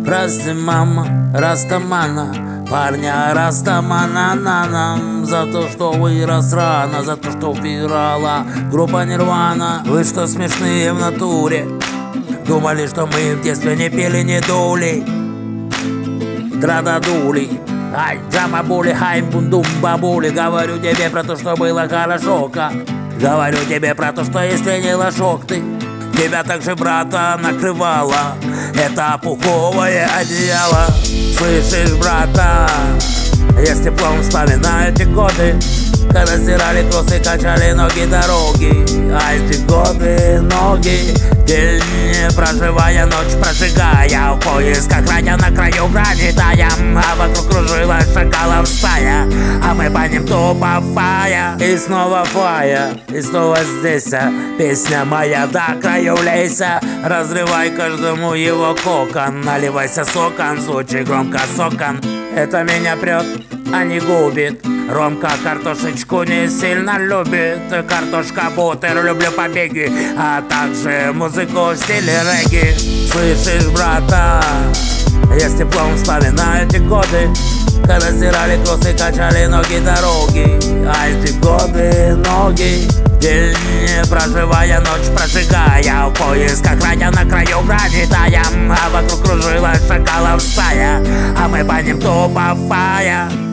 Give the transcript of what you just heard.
Прости, мама, Растамана, парня Растамана нам за то, что вырос рано, за то, что убирала группа Нирвана. Вы что, смешные в натуре? Думали, что мы в детстве не пели, не дули? Дрададули, ай, джамабули, хай, бундум, бабули. Говорю тебе про то, что было хорошо-ка. Говорю тебе про то, что если не лошок ты, тебя также брата накрывала это пуховое одеяло. Слышишь, брата, я с теплом вспоминаю те годы, когда стирали тросы, качали ноги дороги. А эти годы ноги день проживая, ночь прожигая, в поисках рая на краю грани тая. А вокруг кружилась шакалов стая, а мы по ним тупо фая. И снова фая, и снова здесь песня моя до краю лейся. Разрывай каждому его кокон, наливайся соком, звучи громко сокон. Это меня прет, а не губит. Ромка картошечку не сильно любит. Картошка бутер, люблю побеги, а также музыку в стиле регги. Слышишь, брата, я с теплом вспоминаю эти годы, когда стирали тросы, качали ноги дороги. А эти годы ноги день проживая, ночь прожигая, в поисках рая на краю грани тая. А вокруг кружилась шакалов стая, а мы по ним тупо фая.